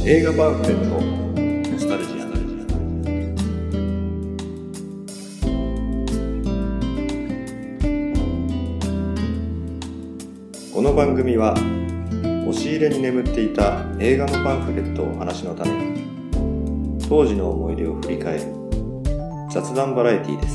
映画パンフレットノスタルジア。この番組は押し入れに眠っていた映画のパンフレットをお話のために当時の思い出を振り返る雑談バラエティです。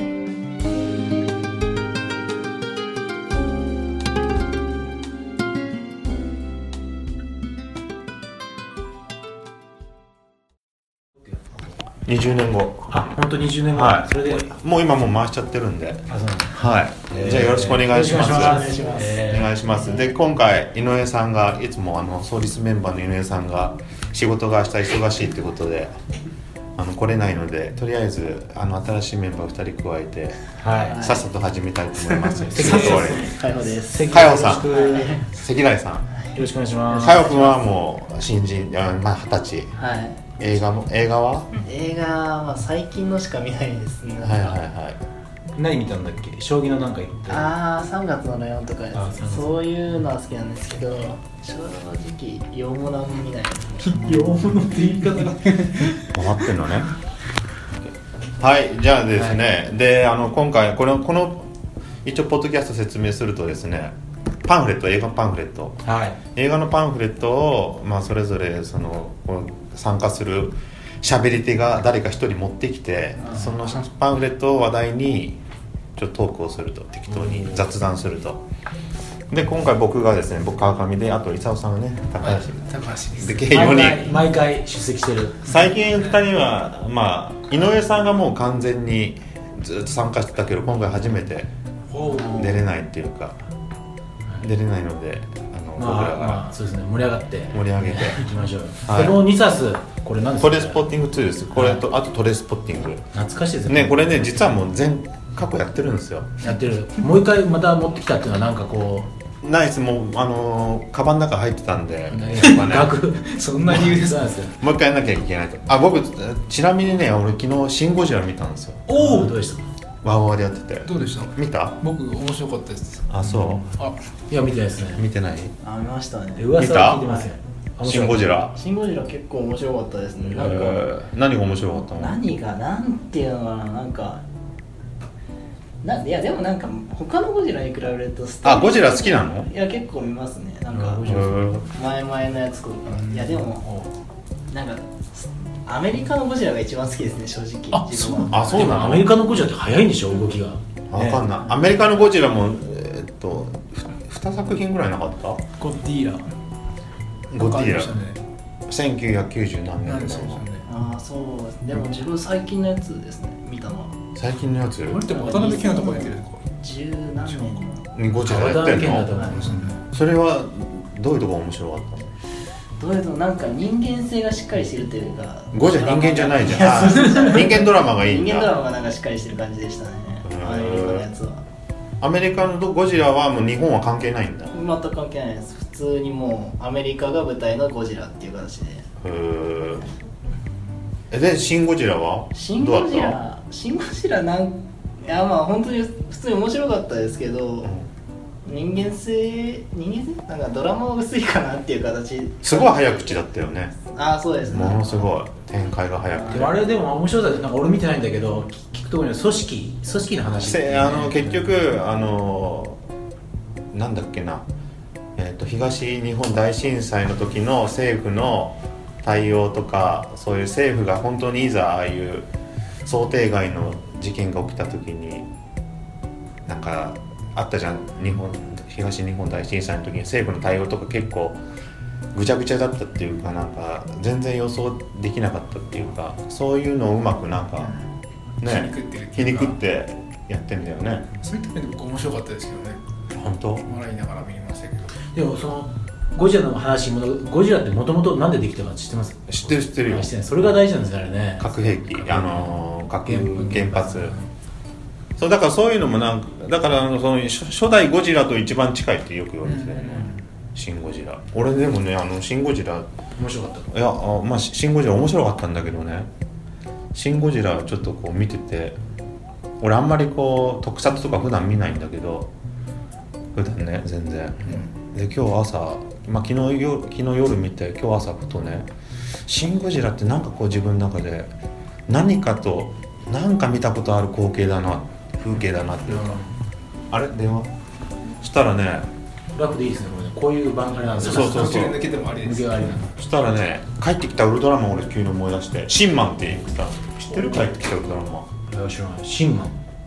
20年後。 本当20年後。 はい。 それでもう今もう回しちゃってるんで。 そうなんです。 はい。じゃあよろしくお願いします。 お願いします。 お願いします。で今回井上さんがいつも創立メンバーの井上さんが仕事が明日忙しいってことで来れないので、とりあえず新しいメンバー2人加えて、 はい。 さっさと始めたいと思います。 かよです。 かよさん、関来さん。 よろしくお願いします。 かよくんはもう新人、まあ20歳。 はい。 映画は？ 映画は最近のしか見ないですね。 はいはいはい。 何見たんだっけ？将棋のなんか言って。 3月のライオンとかそういうのは好きなんですけど、正直洋物は見ないですね。 洋物って言い方が分かってんのね。はい、じゃあですね、はい、で今回この一応ポッドキャスト説明するとですね、パンフレット、映画パンフレット、はい、映画のパンフレットを、それぞれ参加する喋り手が誰か一人持ってきて、そのパンフレットを話題にちょっとトークをすると、適当に雑談すると。で今回僕がですね、僕川上で、あと功さんがね、高橋ですで計4人毎回出席してる。 最近2人は井上さんがもう完全にずっと参加してたけど、今回初めて出れないっていうか、出れないので僕らがそうですね、盛り上げていきましょう。 はい、 この2冊これ何ですか？ トレスポッティング2です。これと、あとトレスポッティング、 懐かしいですね。 これね、実はもう過去やってるんですよ。 やってる。もう一回また持ってきたっていうのはなんかこうナイス、もうカバンの中入ってたんで、 そんな理由ですか？ もう一回やんなきゃいけないと。僕ちなみにね、俺昨日シン・ゴジラ見たんですよ。 おお、どうでした？ ワーワーでやってて。 どうでした？ 見た？ 僕面白かったです。 あ、そう。 いや見てないですね。 見てない？ 見ましたね。 噂は聞いてますよ。 シン・ゴジラ結構面白かったですね。なんか何が面白かったの？ なんていうのかな、いやでもなんか他のゴジラに比べるとゴジラ好きなの？ いや結構見ますね。なんか前のやつとか。いやでもなんかアメリカのゴジラが一番好きですね、正直。 そうなの？ アメリカのゴジラって早いんでしょ、動きが。 分かんない。アメリカのゴジラも2作品ぐらいなかった？ ゴディーラ 1990何年ですか？ そうです。でも自分最近のやつですね、見たのは。 最近のやつ？ あれって渡辺謙のとこ出てる 10何年にゴジラやってんの？それはどういうところ面白かったの？ どういうとなんか人間性がしっかりしてるというか。 ゴジラ人間じゃないじゃん。人間ドラマがいいんだ。 人間ドラマがなんかしっかりしてる感じでしたね、アメリカのやつは。 アメリカのゴジラはもう日本は関係ないんだ？ 全く関係ないです。普通にもうアメリカが舞台のゴジラっていう形で。 でシン・ゴジラはシン・ゴジラ本当に普通に面白かったですけど、人間性なんかドラマが薄いかなっていう形。 すごい早口だったよね。 そうですね。 ものすごい展開が早くて。 あれでも面白さで、なんか俺見てないんだけど、聞くところに組織の話、 結局なんだっけな、東日本大震災の時の政府の対応とか、そういう政府が本当にいざああいう想定外の事件が起きた時になんかあったじゃん。東日本大震災の時に政府の対応とか結構ぐちゃぐちゃだったっていうか、なんか全然予想できなかったっていうか、そういうのをうまくなんかね、皮肉ってやってんだよね。 そういった面で僕面白かったですけどね。 本当？ 笑いながら見ましたけど。 でもそのゴジラの話、ゴジラってもともとなんでできたか知ってます？ 知ってるよ。 それが大事なんですよね。 核兵器、原発。そうだからそういうのもだからその初代ゴジラと一番近いってよく言われてたよね。シン・ゴジラ。俺でもね、シン・ゴジラ面白かった。 いやシン・ゴジラ面白かったんだけどね、シン・ゴジラちょっとこう見てて、俺あんまりこう特撮とか普段見ないんだけど、普段ね全然、で今日朝、昨日夜見て、今日朝ふとね、 シン・ゴジラってなんかこう自分の中で何か見たことある光景だな、風景だなっていうか、あれ電話したらね、 楽でいいですねこれね、こういう番組なんですそう途中抜けてもありです抜けありなの。 したらね、帰ってきたウルトラマン俺急に思い出して、シンマンって言ったの知ってる？帰ってきたウルトラマン。 いや知らない。シンマン。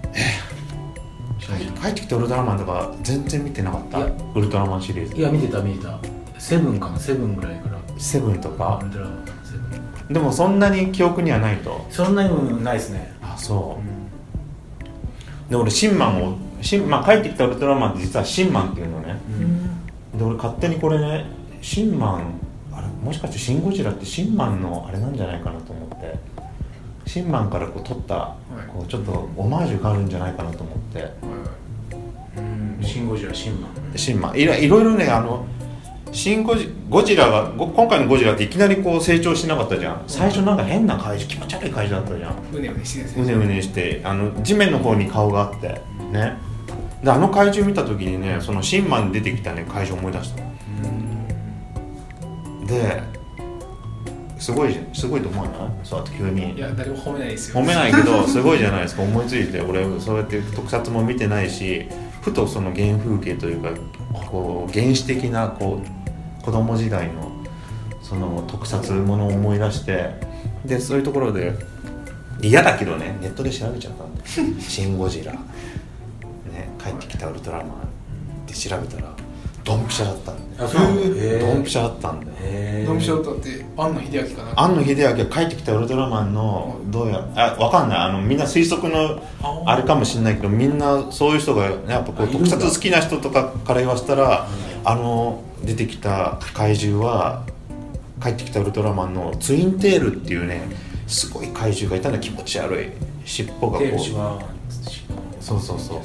帰ってきたウルトラマンとか全然見てなかったいやウルトラマンシリーズ。 いや見てた。セブンかな、セブンぐらいから。 セブンとかウルトラマンセブン。 でもそんなに記憶にはないと。 そんなにもないですね。 あ、そうで、俺シンマンを帰ってきたウルトラマンって実はシンマンっていうのね、で俺勝手にこれね、シンマンあれもしかしてシン・ゴジラってシンマンのあれなんじゃないかなと思って、シンマンからこう撮ったこうちょっとオマージュがあるんじゃないかなと思って、 シン・ゴジラ、シンマン。 いろいろね、ゴジラが今回のゴジラっていきなりこう成長しなかったじゃん。最初なんか変な怪獣、気持ち悪い怪獣だったじゃん。 うねうねしてですね。 うねうねして地面の方に顔があってね。で怪獣見た時にね、そのシンマンに出てきたね怪獣思い出したの。ですごいと思わない？そうやって急に。 いや誰も褒めないですよ。 褒めないけどすごいじゃないですか。思いついて、俺そうやって特撮も見てないし、ふとその原風景というかこう原始的なこう子供時代のその特撮ものを思い出して、でそういうところで嫌だけどね、ネットで調べちゃったんでシン・ゴジラ、ね、帰ってきたウルトラマンって調べたらドンピシャだったんで。 あ、そうなんだ。 ドンピシャだったんで。 ドンピシャだったって庵野秀明かな。 庵野秀明が帰ってきたウルトラマンのどうやわかんない、みんな推測のあれかもしれないけど、みんなそういう人が、ね、やっぱこう特撮好きな人とかから言わせたら、出てきた怪獣は帰ってきたウルトラマンのツインテールっていうね、すごい怪獣がいたの。気持ち悪い尻尾がこう、そう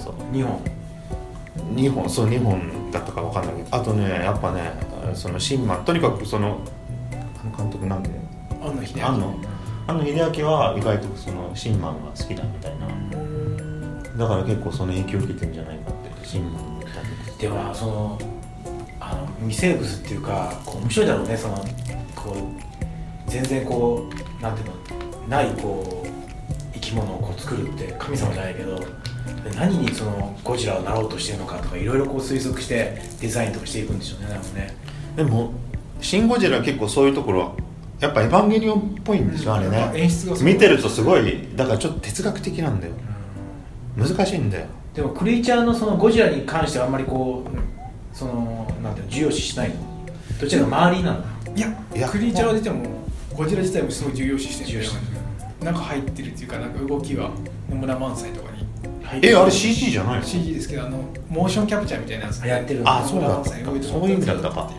2本だったか分かんないけど、あとねやっぱね、そのシンマン、とにかくその監督なんで庵野秀明は意外とそのシンマンが好きだみたいな、だから結構その影響を受けてるんじゃないかってシンマンに言ったんです。 でもその微生物っていうかこう面白いだろうね。そのこう全然こうなんていうのないこう生き物をこう作るって神様じゃないけど、何にそのゴジラをなろうとしてるのかとかいろいろこう推測してデザインとかしていくんでしょうね。なんかね。 でもシン・ゴジラは結構そういうところはやっぱエヴァンゲリオンっぽいんでしょ、あれね。 演出が見てるとすごい、だからちょっと哲学的なんだよ、難しいんだよ。 でもクリーチャーのそのゴジラに関してはあんまりこうそのなんていうの重要視しないの？どちらか周りなの？ いやクリーチャーは出てもゴジラ自体もすごい重要視してるんで、なんか入ってるっていうか、なんか動きが野村萬斎とかに。 あれ CG じゃないの？ CG ですけど、モーションキャプチャーみたいなやつやってる。 あ、そうだった、そういう意味だったか。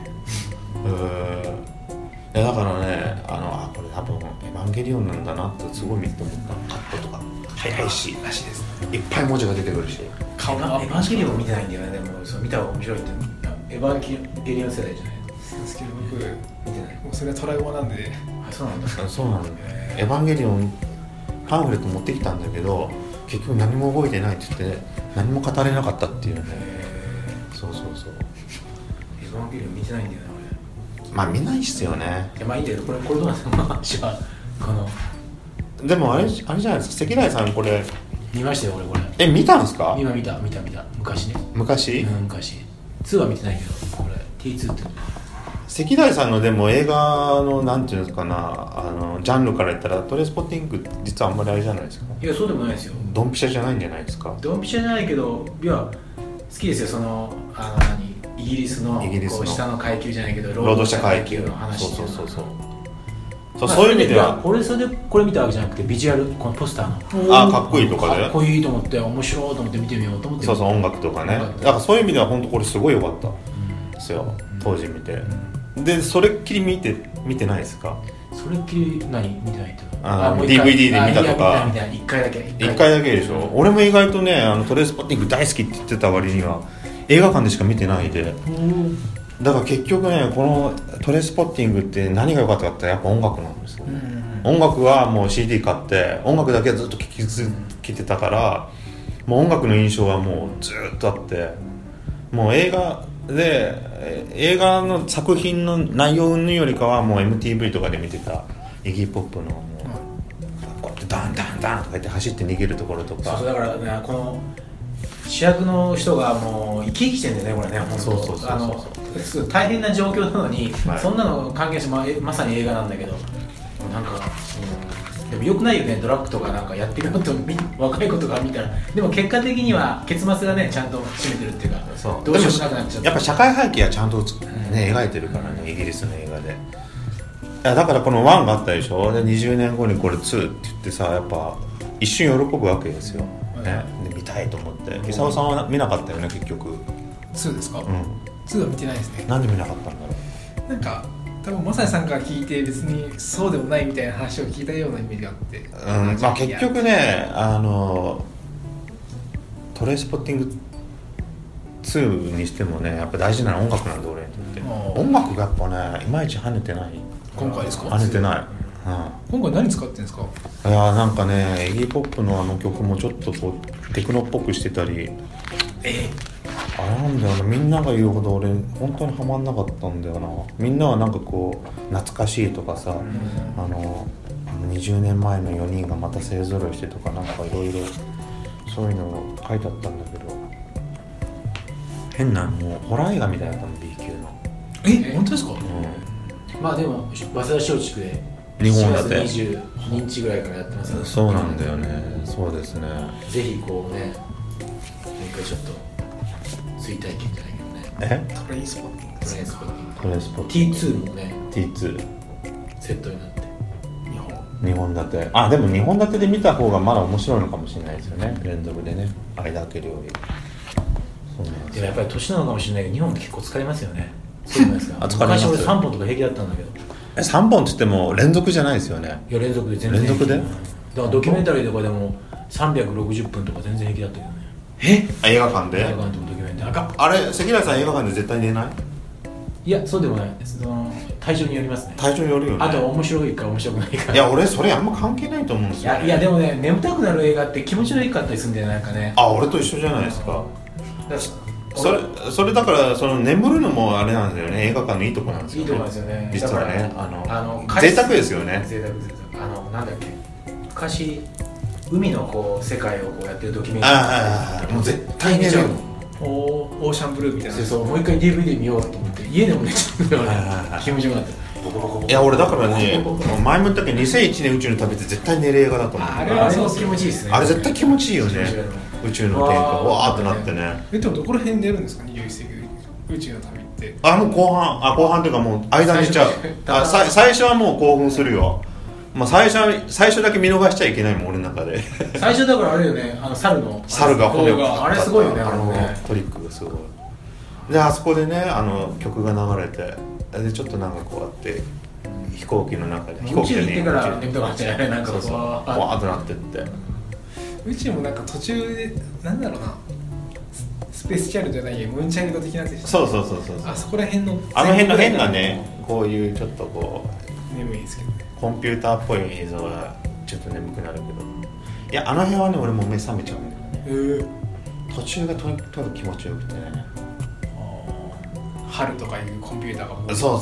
いやだからね、これ多分エヴァンゲリオンなんだなってすごい見て思った。カットとか早いし、 らしいです。 いっぱい文字が出てくるし。 顔がエヴァンゲリオン見てないんだよね。でもそう見た方が面白いって。エヴァンゲリオン世代じゃないですけど、僕見てない。 もうそれはトラウマなんで。 あ、そうなんだ。 そうなんだ。エヴァンゲリオンパンフレット持ってきたんだけど、結局何も覚えてないって言って何も語れなかったっていうね。そうエヴァンゲリオン見てないんだよね俺。 まあ見ないっすよね。 いやまあいいんだけど、これどうなんですか？話はこのでもあれじゃないですか、関大さんこれ見ましたよ俺これ。 見たんですか？ 今見た昔ね。 昔、 昔。2は見てないけど、これ T2 って関大さんのでも映画のなんていうんですかな、ジャンルから言ったらトレインスポッティングって実はあんまりあれじゃないですか。 いやそうでもないですよ。 ドンピシャじゃないんじゃないですか。 ドンピシャじゃないけど、いや好きですよ。そのイギリスのこう下の階級じゃないけど労働者階級の話。 そうまあそういう意味では俺それでこれ見たわけじゃなくて、ビジュアルこのポスターのかっこいいとかでかっこいいと思って面白いと思って見てみようと思って。 そう音楽とかね。だからそういう意味では本当これすごい良かったですよ、当時見て。でそれっきり見てないですか？ それっきり見てないっていうの DVD で見たとか。 見た1回だけでしょ。俺も意外とねトレインスポッティング大好きって言ってた割には映画館でしか見てないで、だから結局ねこのトレインスポッティングって何が良かったかってやっぱ音楽なんですよ、音楽はもう CD 買って音楽だけはずっと聴き続けてたから、もう音楽の印象はもうずっとあって、もう映画で映画の作品の内容云々よりかはもう MTV とかで見てたイギーポップのもう、こうやってダンダンダンとか言って走って逃げるところとか、 そうだからね、この主役の人がもう生き生きしてるんだよね、これね、本当。そう大変な状況なのに、 はい、 そんなの関係して、まさに映画なんだけど、なんか、でもよくないよね、ドラッグとかなんかやってみようと若い子とか見たら、でも結果的には結末がねちゃんと占めてるっていうか、 そうどうしようもなくなっちゃった。 やっぱ社会背景はちゃんと、ね、描いてるからね、イギリスの映画で。いやだからこの1があったでしょ、で20年後にこれ2って言ってさ、やっぱ一瞬喜ぶわけですよ、ね、で見たいと思って。伊沢さんは見なかったよね結局。 2ですか？ うん、 2は見てないですね。 なんで見なかったんだろう。 なんか多分まさにさんから聞いて別にそうでもないみたいな話を聞いたようなイメージがあって、 まあ、結局ねトレインスポッティング2にしてもね、やっぱ大事なのは音楽なんで、俺にとって音楽がやっぱねいまいち跳ねてない。 今回ですか？ 跳ねてない、 今回何使ってんですか？ いやなんかね、イギーポップのあの曲もちょっとこうテクノっぽくしてたり、あれなんだよな、みんなが言うほど俺本当にハマんなかったんだよな。みんなはなんかこう懐かしいとかさ、20年前の4人がまた勢ぞろいしてとか、なんかいろいろそういうの書いてあったんだけど、変なもうホラー映画みたいだったの B 級の。 本当ですか？ まあでも早稲田松竹で日本だって 4月22日ぐらいからやってますから、 そうなんだよね、そうですね。 ぜひこうね、もう一回ちょっと追体験じゃないけどね、 トレインスポッティングトレインスポッティングトレインスポッティン T2 もね T2 セットになって 2本立て。でも2本立てで見た方がまだ面白いのかもしれないですよね、連続でね、間開けるより。そうなんです。 でもやっぱり年なのかもしれないけど、2本って結構疲れますよね。そうじゃないですか。 疲れます。 昔俺3本とか平気だったんだけど。 3本って言っても連続じゃないですよね。 いや連続で全然連続で、 だからドキュメンタリーとかでも360分とか全然平気だったけどね。 映画館で。 映画館とかドキュメンタリー。 あれ関根さん映画館で絶対寝ない？ いやそうでもない。対象によりますね。 対象によるよね。 あと面白いか面白くないか。 いや俺それあんま関係ないと思うんですよ、ね。 いやでもね、眠たくなる映画って気持ちのいいかったりするんだよね、なんかね。 俺と一緒じゃないですか。それだからその眠るのもあれなんですよね、映画館のいいとこなんですよね。 いいとこなんですよね。 実はね、 贅沢ですよね。 贅沢なんだっけ、昔海のこう世界をこうやってるドキュメンタリー。 もう絶対寝る。 オーシャンブルーみたいな。 そうもう一回 DVD 見ようと思って家でも寝ちゃうんだよね。気持ちよかった。 いや俺だからね、前も言ったけど2001年宇宙の旅って絶対寝る映画だと思う。 あれはそう気持ちいいですね。 あれ絶対気持ちいいよね。宇宙の天下わーってなってね。 でもどこら辺で寝るんですか21世紀宇宙の旅って。 もう後半というかもう間にしちゃう。最初はもう興奮するよ。最初だけ見逃しちゃいけないもん俺の中で。 最初だからあれよね、猿が骨をあれすごいよね、 トリックがすごい。であそこでね曲が流れて、でちょっとなんかこうやって飛行機の中で宇宙に行ってから眠たくなっちゃうね、なんかそうわーってなってって。 宇宙もなんか途中でなんだろうな、スペースチャイルドじゃないやムーンチャイルド的なやつでしょ。 そうあそこら辺の辺の変なね、こういうちょっとこう眠いですけどね、 コンピューターっぽい映像はちょっと眠くなるけど、いや辺はね俺も目覚めちゃうんだよね。途中がとにかく気持ちよくてね。 春とかいうコンピューターがもうそう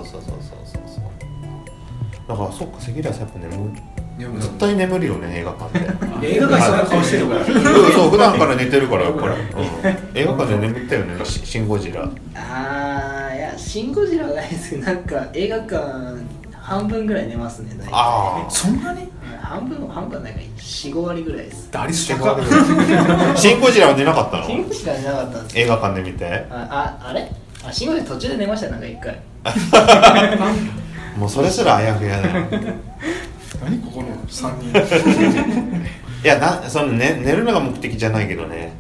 だからそっか、関根さんやっぱ絶対眠るよね映画館で。 映画館そんな顔してるからそう普段から寝てるからやっぱり、映画館で眠ったよね、シン・ゴジラ。 いやシン・ゴジラはないですけど、なんか映画館半分ぐらい寝ますね。 そんなに？ 半分はないか、4、5割ぐらいです。 ダリス高シン・ゴジラは寝なかったの？ シン・ゴジラは寝なかったんです映画館で見て。 あれシン・ゴジラ途中で寝ました、なんか1回。 もうそれすらあやふやだよ。 何ここの3人。 いや寝るのが目的じゃないけどね。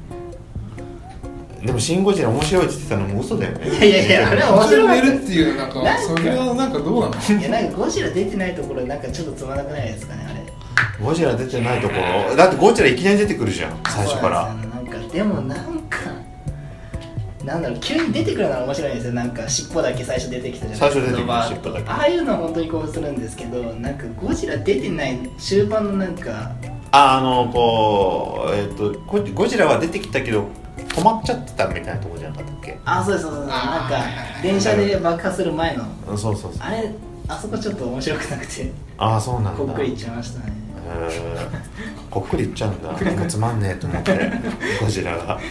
でもシン・ゴジラ面白いって言ってたのも嘘だよね。 いやあれは面白かった。 寝るっていうなんかそれはなんかどうなの？ いやなんかゴジラ出てないところなんかちょっとつまらなくないですかね、あれ。 ゴジラ出てないところだってゴジラいきなり出てくるじゃん最初から。 なんかでもなんだろう、急に出てくるのは面白いんですよ。なんか尻尾だけ最初出てきたじゃないですか。 最初出てきた尻尾だけ。 ああいうのは本当に興奮するんですけど、なんかゴジラ出てない終盤のなんかゴジラは出てきたけど止まっちゃってたみたいなとこじゃなかったっけ？ あ、そうですそうです。なんか電車で爆破する前のそうそうそう。 あそこちょっと面白くなくて、 ああそうなんだ。 こっくりいっちゃいましたね。 こっくりいっちゃうんだ。もうつまんねえと思ってゴジラが。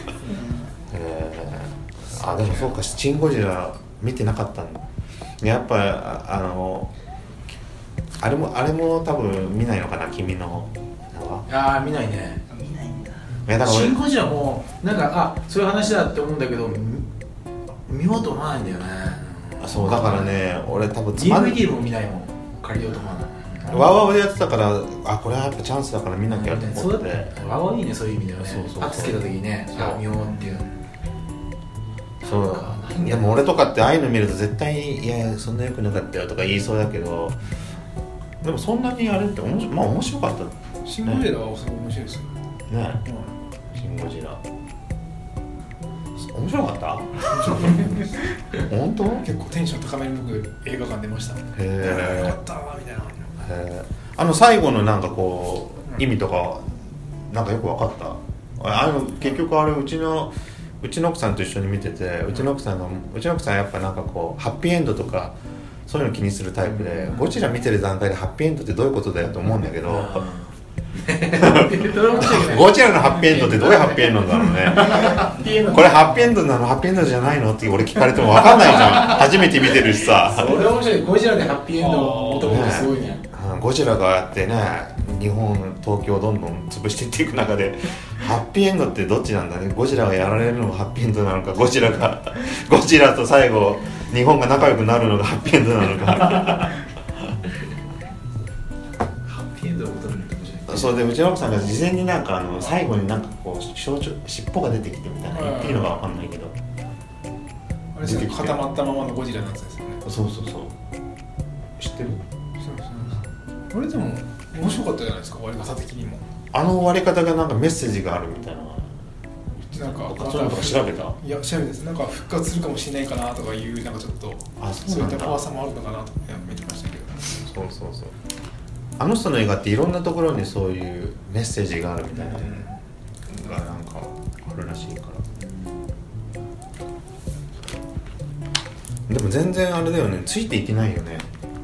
あ、でもそうか、シン・ゴジラ見てなかったんだ。やっぱあれも多分見ないのかな、君の。 ああ見ないね。 見ないんだ。 だからシン・ゴジラもなんかそういう話だって思うんだけど見ようと思わないんだよね。 そうだからね、俺多分 DVD も見ないもん、借りようと思わない。 ワーワーでやってたから、これはやっぱチャンスだから見なきゃと思って。 そうだってワーワーいいね、そういう意味ではね。 そうパッつけた時にね、見ようっていう。 そうでも俺とかってああいうの見ると絶対いやそんな良くなかったよとか言いそうだけど、でもそんなにあれって面白かったシン・ゴジラはすごい面白いですよね。シン・ゴジラ面白かった？本当？ 結構テンション高めに僕映画館出ました。よかったーみたいな感じ。 最後のなんかこう意味とかなんかよく分かった？結局あれうちの奥さんと一緒に見てて、うちの奥さんやっぱなんかこうハッピーエンドとかそういうの気にするタイプで、ゴジラ見てる段階でハッピーエンドってどういうことだよと思うんだけど、ゴジラのハッピーエンドってどういうハッピーエンドなんだろうね。これハッピーエンドなのハッピーエンドじゃないのって俺聞かれても分かんないじゃん。初めて見てるしさ。 それ面白い。ゴジラでハッピーエンドを求めるってすごいね。 ゴジラがやってね、日本東京をどんどん潰していっていく中でハッピーエンドってどっちなんだね。ゴジラがやられるのがハッピーエンドなのか、ゴジラと最後日本が仲良くなるのがハッピーエンドなのか。 ハッピーエンドを求めるって面白い。 そうで、うちの奥さんが事前になんか最後になんかこう尻尾が出てきてみたいな言っていいのか分かんないけど、 あれですね、固まったままのゴジラのやつですよね。 そう知ってる？ あれでも面白かったじゃないですか、終わり方的にも。 終わり方がなんかメッセージがあるみたいな。 なんかそういうのとか調べた？ いや調べです。なんか復活するかもしれないかなとかいうなんかちょっとそういった怖さもあるのかなと見てましたけど。 そうあの人の映画っていろんなところにそういうメッセージがあるみたいなのがなんかあるらしいから。でも全然あれだよね、ついていけないよね、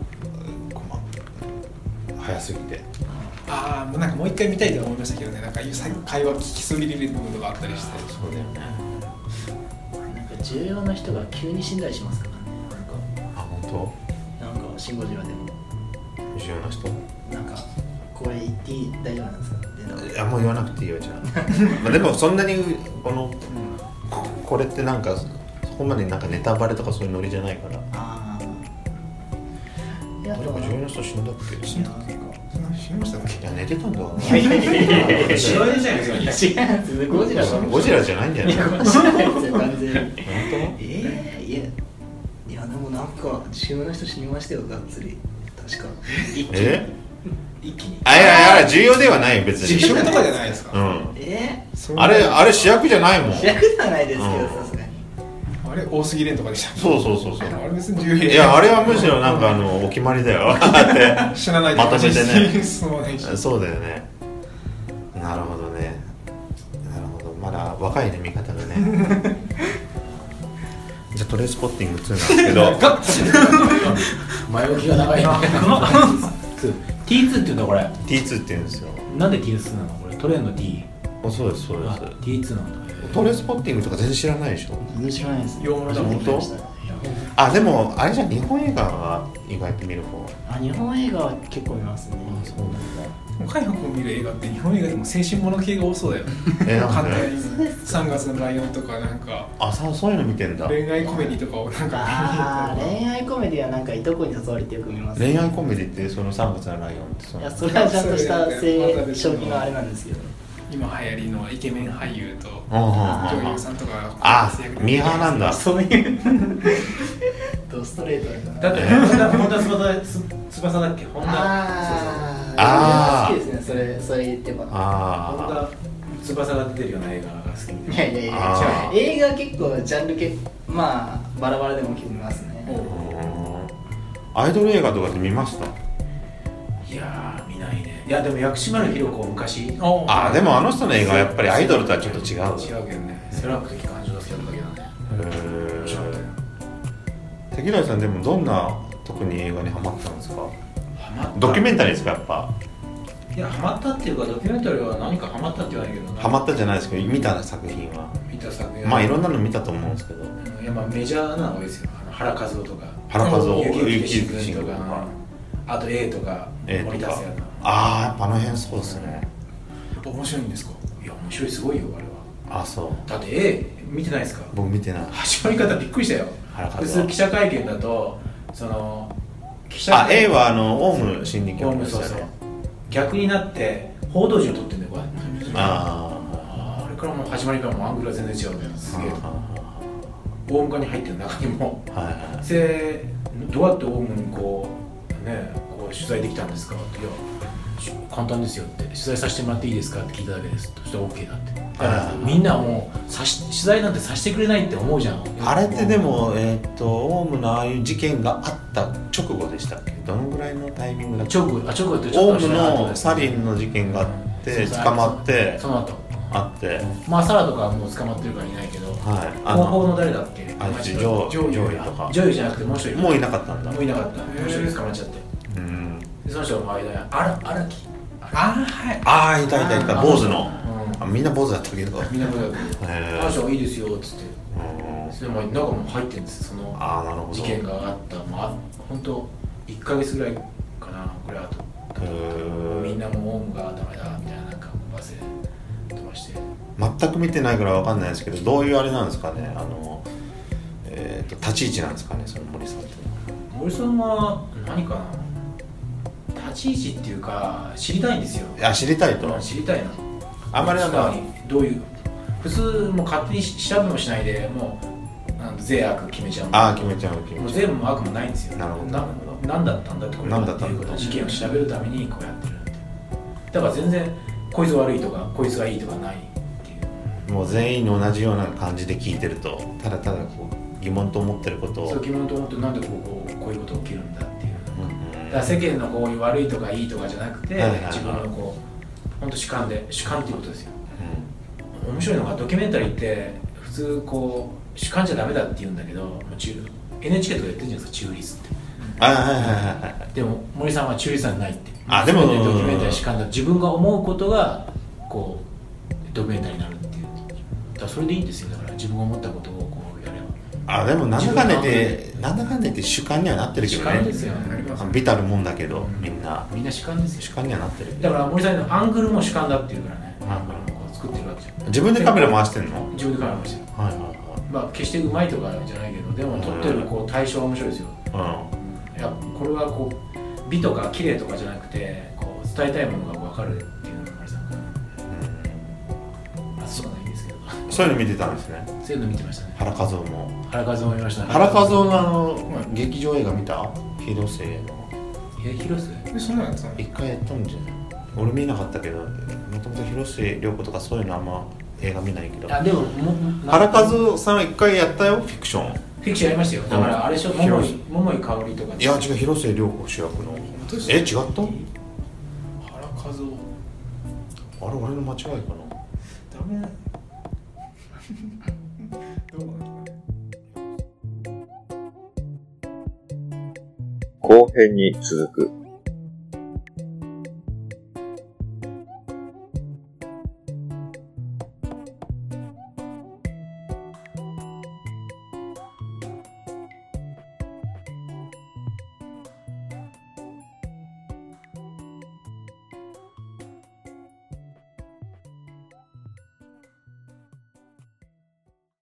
早すぎて。 なんかもう一回見たいと思いましたけどね。なんか会話聞きそびれる部分があったりして。 そうだよね。 なんか重要な人が急に死んだりしますからね。 本当？なんかシン・ゴジラでも重要な人？ なんかこれ言って大丈夫なんですか？ いやもう言わなくていいよじゃあ。でもそんなにこれってなんかそこまでなんかネタバレとかそういうノリじゃないから。誰か重要な人死んだっけ？ 死にましたっけ？ いや寝てたんだ。 知らないじゃないですか。 違うんです。 ゴジラじゃないんだよね。 ゴジラですよ完全に。 本当？ いやでもなんか重要な人死にましたよ、がっつり。確か。一気に。 いや重要ではないよ別に。 主役とかじゃないですか。 あれ主役じゃないもん。 主役ではないですけどさすがに。 あれ大杉蓮とかでした。 そう。 あれ別に重要。 いやあれはむしろなんかお決まりだよ。 知らないまとめてね。 そうだよね。なるほど。まだ若いね見方がね。じゃあトレインスポッティング2なんですけど。 前置きが長いな。T2 って言うんだこれ。 T2 って言うんですよ。 なんで T2 なのこれ？トレーンの T。 そうです。 T2 なんだ。 トレインスポッティングとか全然知らないでしょ？ 全然知らないです。 洋物だもん。 本当？でもあれじゃ日本映画は意外と見る方。 日本映画は結構見ますね。 そうなんだ。 海外を見る映画って日本映画でも青春もの系が多そうだよ。 なんで ？3月のライオンとかなんか。 そういうの見てんだ。 恋愛コメディとかをなんか。 恋愛コメディはなんかいとこに誘われてよく見ます。 恋愛コメディってその3月のライオンっていやそれはちゃんとした正気のあれなんですけど。 今流行りのイケメン俳優と女優さんとかミーハーなんだ。 そういうドストレートだって本田翼だっけ？本田好きですね。それ言ってば本田翼が出てるような映画が好きみたいな。 いや映画結構ジャンルバラバラでも結構見ますね。 アイドル映画とかって見ました？ いや見ないね。 いやでも薬師丸ひろ子昔でもあの人の映画はやっぱりアイドルとはちょっと違う。 違うけどね、セラーク的感情が好きだったけどね。面白かったよ。 関平さんでもどんな特に映画にハマったんですか？ドキュメンタリーですかやっぱ？ いや、ハマったっていうか、ドキュメンタリーは何かハマったって言わないけど、 ハマったじゃないですけど、見た作品はまあいろんなの見たと思うんですけど、 いやまあメジャーなの多いですよ。原和夫とか原和夫、 雪君とか、あと A とか森田聖也。 やっぱあの辺そうですね。 やっぱ面白いんですか？ いや面白い、すごいよあれは。 そうだって A 見てないですか？ 僕見てない。 始まり方びっくりしたよ。普通記者会見だとその記者会見 A はオウム真理教のそうそう逆になって報道陣を撮ってんだよこれ。あれからもう始まりからもうアングルは全然違うね。すげえオウム課に入ってる中にも、でどうやってオウムにこう取材できたんですかって。いや簡単ですよって、取材させてもらっていいですかって聞いただけです。そしたら OK だって。だからみんなもう取材なんてさせてくれないって思うじゃん。 あれってでもオウムのああいう事件があった直後でしたっけ？どのぐらいのタイミングだった？ 直後ってオウムのサリンの事件があって捕まってその後あってまあサラとかはもう捕まってるからいないけど、後方の誰だっけ？ ジョイとか。 ジョイじゃなくてもう一人もういなかったんだ。 もういなかった。もう一人捕まっちゃって。でその人の間に荒木。 いた坊主の。みんな坊主だったけど。 みんな坊主だったけど。あの人はいいですよっつって。それも中も入ってるんですよ。その事件があった本当1ヶ月ぐらいかなぐらい後。みんなもオウムがダメだみたいななんかバスで飛ばして。 全く見てないからわかんないですけど、どういうあれなんですかね。立ち位置なんですかね、その森さんって。 森さんは何かな。立ち位置っていうか知りたいんですよ。 知りたいと。 知りたいな。 あんまりなんかどういう普通もう勝手に調べもしないでもう善悪決めちゃう。 決めちゃう。 もう善も悪もないんですよ。 なるほど。 何だったんだってこれはっていうこと事件を調べるためにこうやってるって。だから全然こいつ悪いとかこいつがいいとかないっていう。もう全員に同じような感じで聞いてるとただただ疑問と思ってることを。 そう疑問と思ってなんでこういうこと起きるんだっていう。だから世間のこういう悪いとかいいとかじゃなくて、自分の本当主観っていうことですよ。面白いのがドキュメンタリーって普通主観じゃダメだって言うんだけど NHK とかやってるじゃないですか、中立って。でも森さんは中立はないって。でもドキュメンタリー主観だ、自分が思うことがドキュメンタリーになるっていう。だからそれでいいんですよ。だから自分が思ったことをやれば。 でもなんだかんだ言って主観にはなってるけどね。 主観ですよ。 ビタるもんだけど、みんな主観ですよ。 主観にはなってる。 だから森さんのアングルも主観だっていうからね。アングルも作ってるわけじゃん。 自分でカメラ回してんの？ 自分でカメラ回してる。決してうまいとかじゃないけど、でも撮ってる対象は面白いですよ。いやこれは美とか綺麗とかじゃなくて伝えたいものが分かるっていうのが森さんから。そうなんですけど。 そういうの見てたんですね。 そういうの見てましたね。 原和夫も。 原和夫も見ましたね。 原和夫の劇場映画見た？広末の。 広末？ そんなんやつなの？ 一回やったんじゃない？俺見なかったけど、もともと広末涼子とかそういうのあんま映画見ないけど。 でも原和夫さん一回やったよ、フィクション。 フィクションやりましたよ。だからあれでしょ、桃井かおりとか。 いや違う、広末涼子主役の。違った？ 原和夫。 あれ俺の間違いかな。 ダメ。どうなんだろうね。 後編に続く。